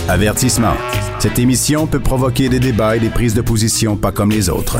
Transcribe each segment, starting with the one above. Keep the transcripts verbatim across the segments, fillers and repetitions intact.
Avertissement. Cette émission peut provoquer des débats et des prises de position pas comme les autres.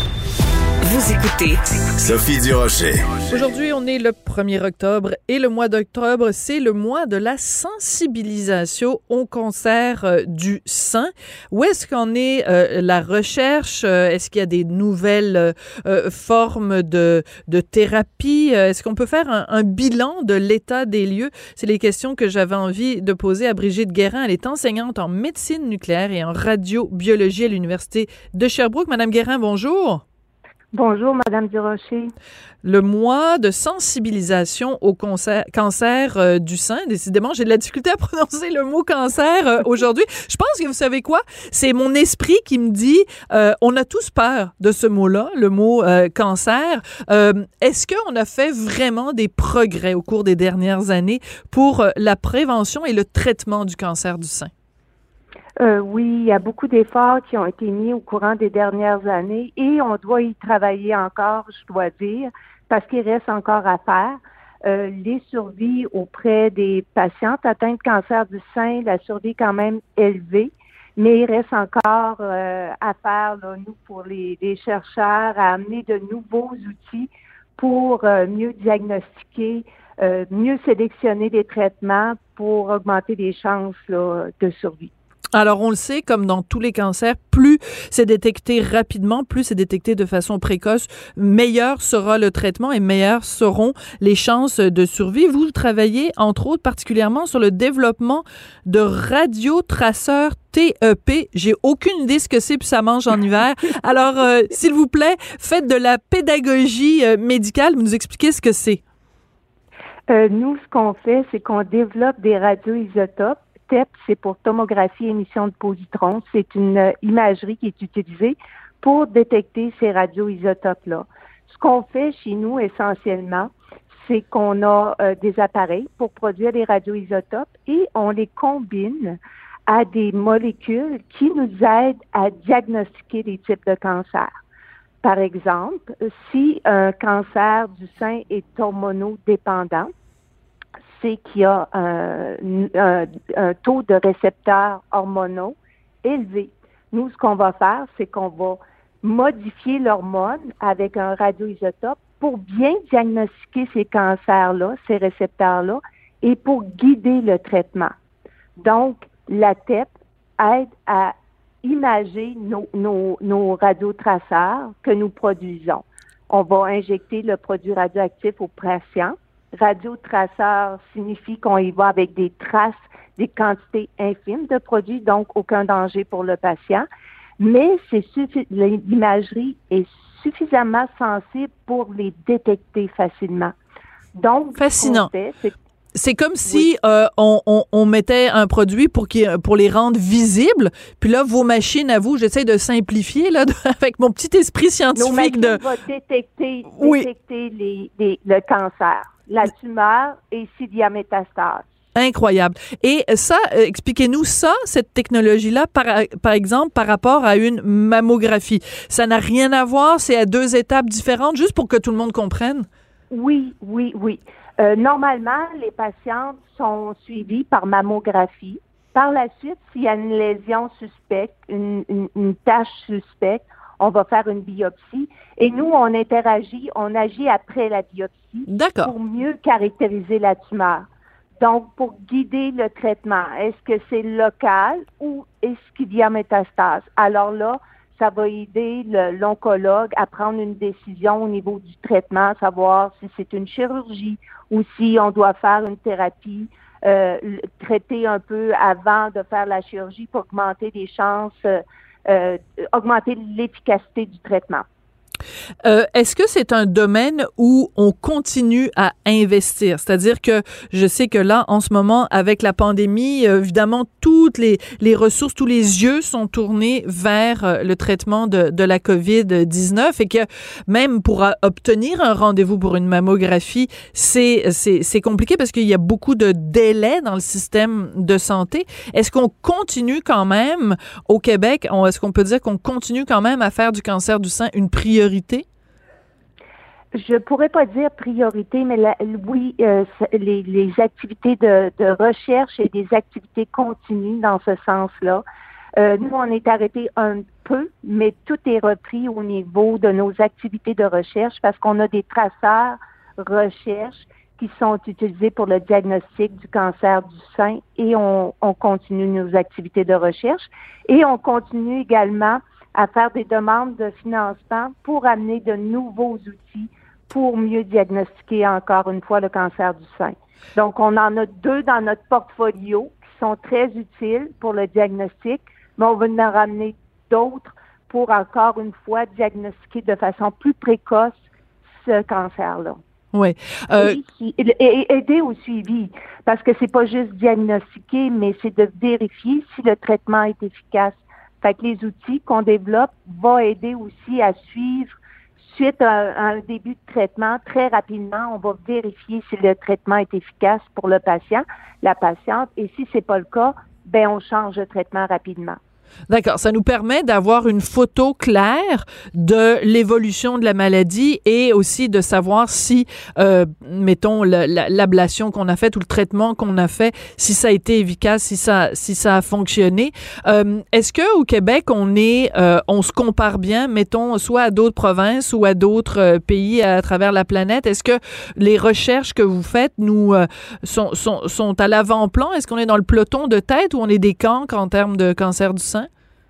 Vous écoutez Sophie Durocher. Aujourd'hui, on est le premier octobre et le mois d'octobre, c'est le mois de la sensibilisation au cancer euh, du sein. Où est-ce qu'en est euh, la recherche? Euh, est-ce qu'il y a des nouvelles euh, formes de, de thérapie? Euh, est-ce qu'on peut faire un, un bilan de l'état des lieux? C'est les questions que j'avais envie de poser à Brigitte Guérin. Elle est enseignante en médecine nucléaire et en radiobiologie à l'Université de Sherbrooke. Madame Guérin, bonjour. Bonjour, Madame Durocher. Le mois de sensibilisation au cancer, cancer euh, du sein. Décidément, j'ai de la difficulté à prononcer le mot cancer euh, aujourd'hui. Je pense que vous savez quoi? C'est mon esprit qui me dit, euh, on a tous peur de ce mot-là, le mot euh, cancer. Euh, est-ce qu'on a fait vraiment des progrès au cours des dernières années pour euh, la prévention et le traitement du cancer du sein? Euh, oui, il y a beaucoup d'efforts qui ont été mis au courant des dernières années et on doit y travailler encore, je dois dire, parce qu'il reste encore à faire. Euh, les survies auprès des patientes atteintes de cancer du sein, la survie est quand même élevée, mais il reste encore euh, à faire, là, nous, pour les, les chercheurs, à amener de nouveaux outils pour euh, mieux diagnostiquer, euh, mieux sélectionner des traitements pour augmenter les chances là, de survie. Alors, on le sait, comme dans tous les cancers, plus c'est détecté rapidement, plus c'est détecté de façon précoce, meilleur sera le traitement et meilleures seront les chances de survie. Vous travaillez, entre autres, particulièrement sur le développement de radiotraceurs T E P. J'ai aucune idée ce que c'est, puis ça mange en hiver. Alors, euh, s'il vous plaît, faites de la pédagogie euh, médicale, vous nous expliquez ce que c'est. Euh, nous, ce qu'on fait, c'est qu'on développe des radioisotopes. T E P, c'est pour tomographie émission de positrons. C'est une euh, imagerie qui est utilisée pour détecter ces radioisotopes-là. Ce qu'on fait chez nous essentiellement, c'est qu'on a euh, des appareils pour produire des radioisotopes et on les combine à des molécules qui nous aident à diagnostiquer des types de cancers. Par exemple, si un cancer du sein est hormonodépendant, c'est qu'il y a un, un, un taux de récepteurs hormonaux élevé. Nous, ce qu'on va faire, c'est qu'on va modifier l'hormone avec un radioisotope pour bien diagnostiquer ces cancers-là, ces récepteurs-là, et pour guider le traitement. Donc, la T E P aide à imager nos, nos, nos radiotraceurs que nous produisons. On va injecter le produit radioactif au patient. Radiotraceur signifie qu'on y va avec des traces, des quantités infimes de produits, donc aucun danger pour le patient. Mais c'est suffi- l'imagerie est suffisamment sensible pour les détecter facilement. Donc, fascinant. Ce qu'on fait, c'est C'est comme oui. si euh, on, on, on mettait un produit pour, qui, pour les rendre visibles, puis là, vos machines à vous, j'essaie de simplifier là, avec mon petit esprit scientifique. Nos machines de... vont détecter, oui. détecter les, les, le cancer, la tumeur et s'il y a métastase. Incroyable. Et ça, euh, expliquez-nous ça, cette technologie-là, par, par exemple, par rapport à une mammographie. Ça n'a rien à voir, c'est à deux étapes différentes, juste pour que tout le monde comprenne? Oui, oui, oui. Euh, normalement, les patientes sont suivies par mammographie. Par la suite, s'il y a une lésion suspecte, une, une, une tache suspecte, on va faire une biopsie. Et nous, on interagit, on agit après la biopsie D'accord. pour mieux caractériser la tumeur. Donc, pour guider le traitement, est-ce que c'est local ou est-ce qu'il y a métastase? Alors là, ça va aider le, l'oncologue à prendre une décision au niveau du traitement, savoir si c'est une chirurgie ou si on doit faire une thérapie, euh, traiter un peu avant de faire la chirurgie pour augmenter les chances, euh, euh, augmenter l'efficacité du traitement. Euh, est-ce que c'est un domaine où on continue à investir? C'est-à-dire que je sais que là, en ce moment, avec la pandémie, euh, évidemment, toutes les, les ressources, tous les yeux sont tournés vers euh, le traitement de, de la covid dix-neuf et que même pour a, obtenir un rendez-vous pour une mammographie, c'est, c'est, c'est compliqué parce qu'il y a beaucoup de délais dans le système de santé. Est-ce qu'on continue quand même au Québec, on, est-ce qu'on peut dire qu'on continue quand même à faire du cancer du sein une priorité? je pourrais pas dire priorité, mais la, oui, euh, les, les activités de, de recherche et des activités continues dans ce sens-là. Euh, nous, on est arrêté un peu, mais tout est repris au niveau de nos activités de recherche parce qu'on a des traceurs recherche qui sont utilisés pour le diagnostic du cancer du sein et on, on continue nos activités de recherche et on continue également à faire des demandes de financement pour amener de nouveaux outils pour mieux diagnostiquer encore une fois le cancer du sein. Donc, on en a deux dans notre portfolio qui sont très utiles pour le diagnostic, mais on va en ramener d'autres pour encore une fois diagnostiquer de façon plus précoce ce cancer-là. Oui. Euh... Et, et, et aider au suivi, parce que c'est pas juste diagnostiquer, mais c'est de vérifier si le traitement est efficace. Fait que les outils qu'on développe vont aider aussi à suivre suite à, à un début de traitement très rapidement. On va vérifier si le traitement est efficace pour le patient, la patiente, et si c'est pas le cas, ben on change de traitement rapidement. D'accord. Ça nous permet d'avoir une photo claire de l'évolution de la maladie et aussi de savoir si, euh, mettons, la, la, l'ablation qu'on a faite ou le traitement qu'on a fait, si ça a été efficace, si ça, si ça a fonctionné. Euh, est-ce que au Québec, on est, euh, on se compare bien, mettons, soit à d'autres provinces ou à d'autres euh, pays à travers la planète? Est-ce que les recherches que vous faites nous euh, sont, sont, sont à l'avant-plan? Est-ce qu'on est dans le peloton de tête ou on est des cancres en termes de cancer du sein?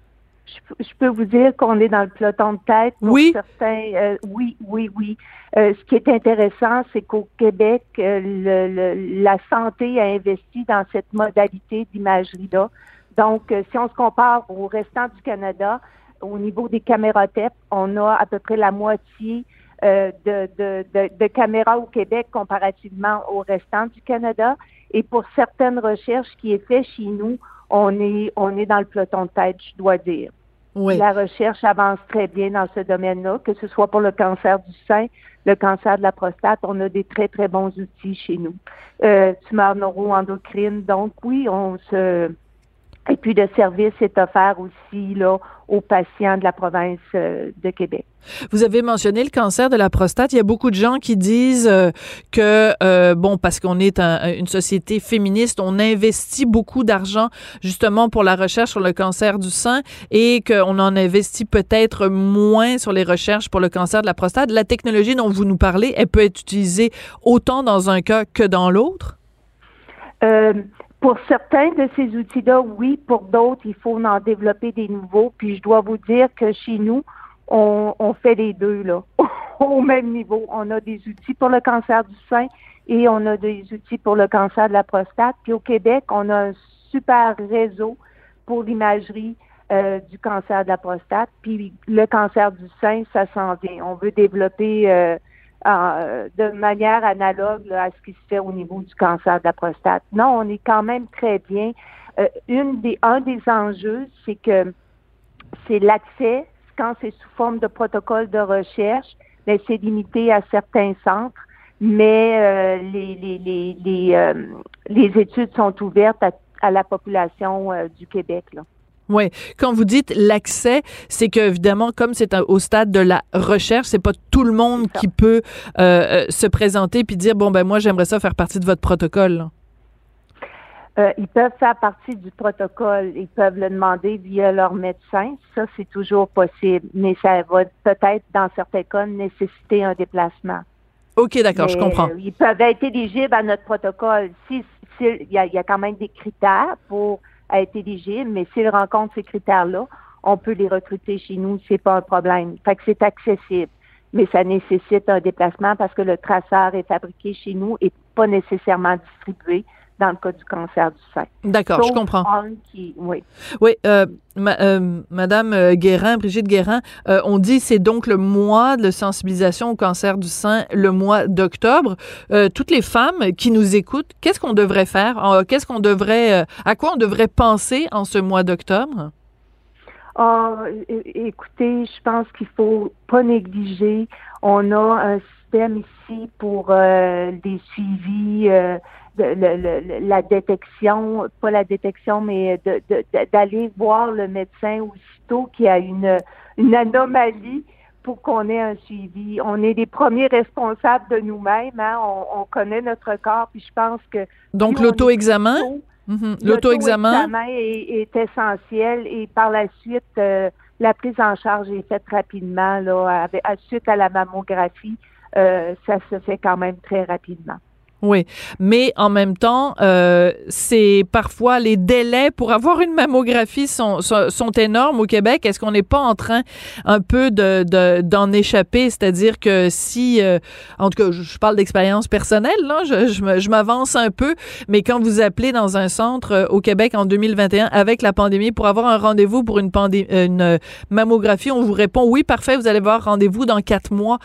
Je peux vous dire qu'on est dans le peloton de tête. Pour oui. Certains, euh, oui, oui, oui. Euh, ce qui est intéressant, c'est qu'au Québec, euh, le, le, la santé a investi dans cette modalité d'imagerie-là. Donc, euh, si on se compare au restant du Canada, au niveau des caméras T E P, on a à peu près la moitié euh, de, de, de, de caméras au Québec comparativement au restant du Canada. Et pour certaines recherches qui est faites chez nous, on est, on est dans le peloton de tête, je dois dire. Oui. La recherche avance très bien dans ce domaine-là, que ce soit pour le cancer du sein, le cancer de la prostate, on a des très, très bons outils chez nous. Euh, tumeurs neuro-endocrines, donc oui, on se... Et puis le service est offert aussi là aux patients de la province euh, de Québec. Vous avez mentionné le cancer de la prostate. Il y a beaucoup de gens qui disent euh, que, euh, bon, parce qu'on est un, une société féministe, on investit beaucoup d'argent justement pour la recherche sur le cancer du sein et qu'on en investit peut-être moins sur les recherches pour le cancer de la prostate. La technologie dont vous nous parlez, elle peut être utilisée autant dans un cas que dans l'autre? Euh, Pour certains de ces outils-là, oui. Pour d'autres, il faut en développer des nouveaux. Puis je dois vous dire que chez nous, on, on fait les deux, là, au même niveau. On a des outils pour le cancer du sein et on a des outils pour le cancer de la prostate. Puis au Québec, on a un super réseau pour l'imagerie euh, du cancer de la prostate. Puis le cancer du sein, ça s'en vient. On veut développer... Euh, Euh, de manière analogue là, à ce qui se fait au niveau du cancer de la prostate. Non, on est quand même très bien. Euh, une des, un des enjeux, c'est que c'est l'accès, quand c'est sous forme de protocole de recherche, mais c'est limité à certains centres, mais euh, les, les, les, les, euh, les études sont ouvertes à, à la population euh, du Québec, là. Oui. Quand vous dites l'accès, c'est que évidemment, comme c'est au stade de la recherche, c'est pas tout le monde qui peut euh, se présenter puis dire bon ben moi j'aimerais ça faire partie de votre protocole. Euh, ils peuvent faire partie du protocole. Ils peuvent le demander via leur médecin. Ça, c'est toujours possible. Mais ça va peut-être, dans certains cas, nécessiter un déplacement. OK, d'accord, Mais, je comprends. Euh, ils peuvent être éligibles à notre protocole. Si, si, il y a, il y a quand même des critères pour être éligible, mais s'ils rencontrent ces critères-là, on peut les recruter chez nous, c'est pas un problème. Fait que c'est accessible, mais ça nécessite un déplacement parce que le traceur est fabriqué chez nous et pas nécessairement distribué dans le cas du cancer du sein. D'accord, Sauf je comprends. Qui, oui. Oui, euh, ma, euh, Madame Guérin, Brigitte Guérin, euh, on dit c'est donc le mois de sensibilisation au cancer du sein, le mois d'octobre. Euh, toutes les femmes qui nous écoutent, qu'est-ce qu'on devrait faire? Euh, qu'est-ce qu'on devrait, euh, à quoi on devrait penser en ce mois d'octobre? Oh, écoutez, je pense qu'il faut pas négliger. On a un système ici pour euh, des suivis. Euh, De, le, le, la détection, pas la détection, mais de, de, de, d'aller voir le médecin aussitôt qu'il y a une, une anomalie pour qu'on ait un suivi. On est les premiers responsables de nous-mêmes, hein? on, on connaît notre corps, puis je pense que... Donc, l'auto-examen? Mm-hmm. L'auto-examen? L'auto-examen est, est essentiel et par la suite, euh, la prise en charge est faite rapidement, là, avec, à, suite à la mammographie, euh, ça se fait quand même très rapidement. Oui, mais en même temps, euh, c'est parfois les délais pour avoir une mammographie sont, sont, sont énormes au Québec. Est-ce qu'on n'est pas en train un peu de, de d'en échapper? C'est-à-dire que si, euh, en tout cas, je parle d'expérience personnelle, là, je, je, je m'avance un peu, mais quand vous appelez dans un centre euh, au Québec en deux mille vingt et un avec la pandémie pour avoir un rendez-vous pour une, pandé- une mammographie, on vous répond oui, parfait, vous allez avoir rendez-vous dans quatre mois.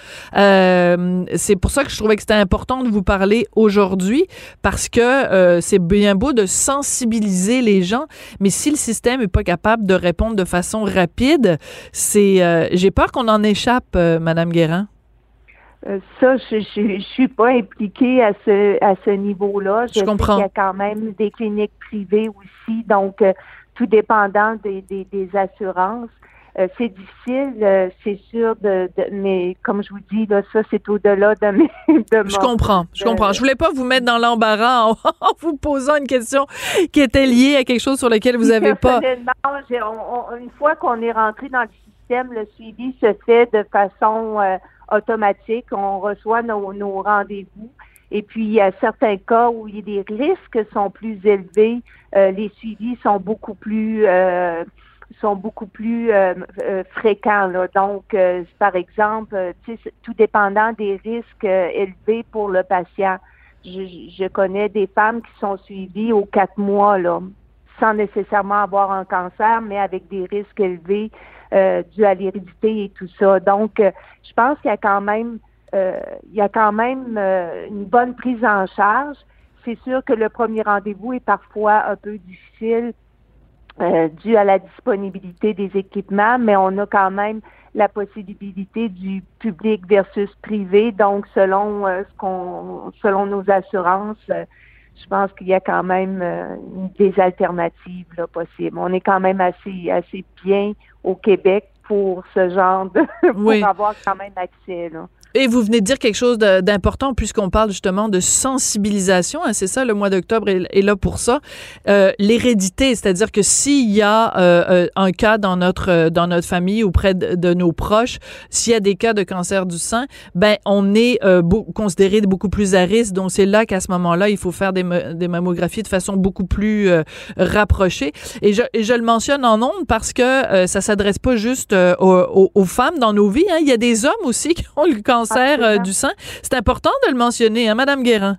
Euh, c'est pour ça que je trouvais que c'était important de vous parler aujourd'hui, parce que euh, c'est bien beau de sensibiliser les gens, mais si le système est pas capable de répondre de façon rapide, c'est euh, j'ai peur qu'on en échappe, euh, Madame Guérin. Euh, ça, je, je, je suis pas impliquée à ce à ce niveau-là. Je, je comprends. sais qu'il y a quand même des cliniques privées aussi, donc euh, tout dépendant des, des, des assurances. Euh, c'est difficile, euh, c'est sûr, de, de, mais comme je vous dis, là, ça, c'est au-delà de mes... De je comprends, je comprends. Je voulais pas vous mettre dans l'embarras en, en vous posant une question qui était liée à quelque chose sur lequel vous avez pas... J'ai, on, on, une fois qu'on est rentré dans le système, le suivi se fait de façon euh, automatique. On reçoit nos, nos rendez-vous. Et puis, il y a certains cas où il y a des risques qui sont plus élevés. Euh, les suivis sont beaucoup plus... Euh, sont beaucoup plus euh, euh, fréquents. Là. Donc, euh, par exemple, euh, tout dépendant des risques euh, élevés pour le patient. Je, je connais des femmes qui sont suivies aux quatre mois, là, sans nécessairement avoir un cancer, mais avec des risques élevés euh, dus à l'hérédité et tout ça. Donc, euh, je pense qu'il y a quand même, euh, il y a quand même euh, une bonne prise en charge. C'est sûr que le premier rendez-vous est parfois un peu difficile, Euh, dû à la disponibilité des équipements, mais on a quand même la possibilité du public versus privé. Donc, selon euh, ce qu'on, selon nos assurances, euh, je pense qu'il y a quand même euh, des alternatives là, possibles. On est quand même assez, assez bien au Québec pour ce genre de, pour oui. avoir quand même accès, là. Et vous venez de dire quelque chose de, d'important puisqu'on parle justement de sensibilisation, hein, c'est ça, le mois d'octobre est, est là pour ça. Euh, l'hérédité, c'est-à-dire que s'il y a euh, un cas dans notre dans notre famille ou près de, de nos proches, s'il y a des cas de cancer du sein, ben on est euh, beau, considéré beaucoup plus à risque. Donc c'est là qu'à ce moment-là, il faut faire des, des mammographies de façon beaucoup plus euh, rapprochée. Et je, et je le mentionne en ondes parce que euh, ça s'adresse pas juste euh, aux, aux femmes dans nos vies. Hein. Il y a des hommes aussi qui ont le cancer cancer euh, du sein. C'est important de le mentionner, hein, Madame Guérin?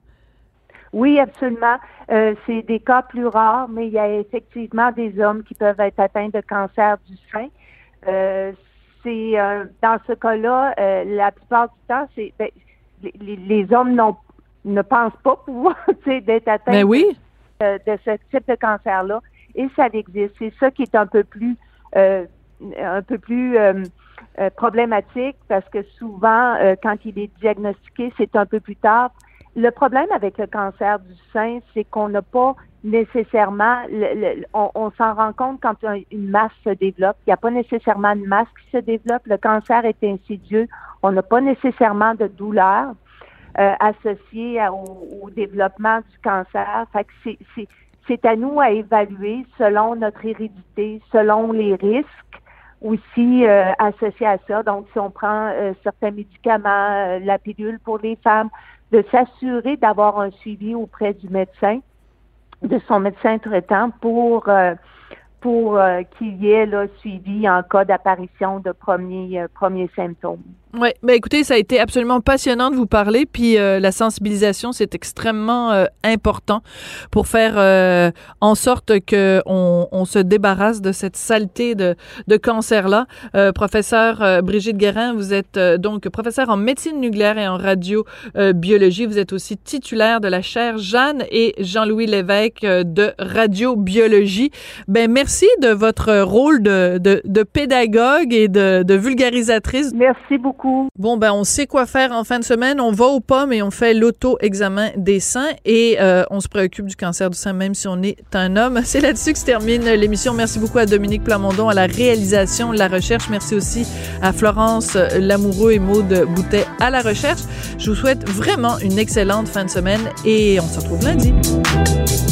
Oui, absolument. Euh, c'est des cas plus rares, mais il y a effectivement des hommes qui peuvent être atteints de cancer du sein. Euh, c'est euh, dans ce cas-là, euh, la plupart du temps, c'est ben, les, les hommes n'ont, ne pensent pas pouvoir d'être atteints ben oui. de, de ce type de cancer-là, et ça existe. C'est ça qui est un peu plus, euh, un peu plus euh, Euh, problématique parce que souvent, euh, quand il est diagnostiqué, c'est un peu plus tard. Le problème avec le cancer du sein, c'est qu'on n'a pas nécessairement, le, le, on, on s'en rend compte quand une masse se développe. Il n'y a pas nécessairement une masse qui se développe. Le cancer est insidieux. On n'a pas nécessairement de douleur euh, associée à, au, au développement du cancer. Fait que c'est, c'est, c'est à nous à évaluer selon notre hérédité, selon les risques aussi euh, associé à ça. Donc, si on prend euh, certains médicaments, euh, la pilule pour les femmes, de s'assurer d'avoir un suivi auprès du médecin, de son médecin traitant pour euh, pour euh, qu'il y ait là, suivi en cas d'apparition de premiers euh, premiers symptômes. Oui, ben écoutez, ça a été absolument passionnant de vous parler, puis euh, la sensibilisation, c'est extrêmement euh, important pour faire euh, en sorte que on, on se débarrasse de cette saleté de, de cancer-là. Euh, professeur euh, Brigitte Guérin, vous êtes euh, donc professeure en médecine nucléaire et en radiobiologie. Euh, vous êtes aussi titulaire de la chaire Jeanne et Jean-Louis Lévesque euh, de radiobiologie. Ben merci de votre rôle de, de, de pédagogue et de, de vulgarisatrice. Merci beaucoup. beaucoup. Bon, ben on sait quoi faire en fin de semaine. On va aux pommes et on fait l'auto-examen des seins et euh, on se préoccupe du cancer du sein même si on est un homme. C'est là-dessus que se termine l'émission. Merci beaucoup à Dominique Plamondon à la réalisation, la recherche. Merci aussi à Florence Lamoureux et Maude Boutet à la recherche. Je vous souhaite vraiment une excellente fin de semaine et on se retrouve lundi.